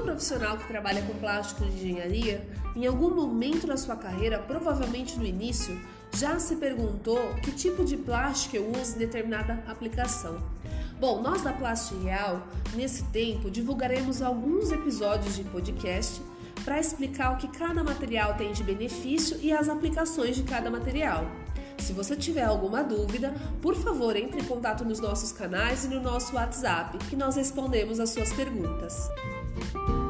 profissional que trabalha com plástico de engenharia, em algum momento da sua carreira, provavelmente no início, já se perguntou que tipo de plástico eu uso em determinada aplicação? Bom, nós da Plast Real, nesse tempo, divulgaremos alguns episódios de podcast para explicar o que cada material tem de benefício e as aplicações de cada material. Se você tiver alguma dúvida, por favor, entre em contato nos nossos canais e no nosso WhatsApp, que nós respondemos as suas perguntas.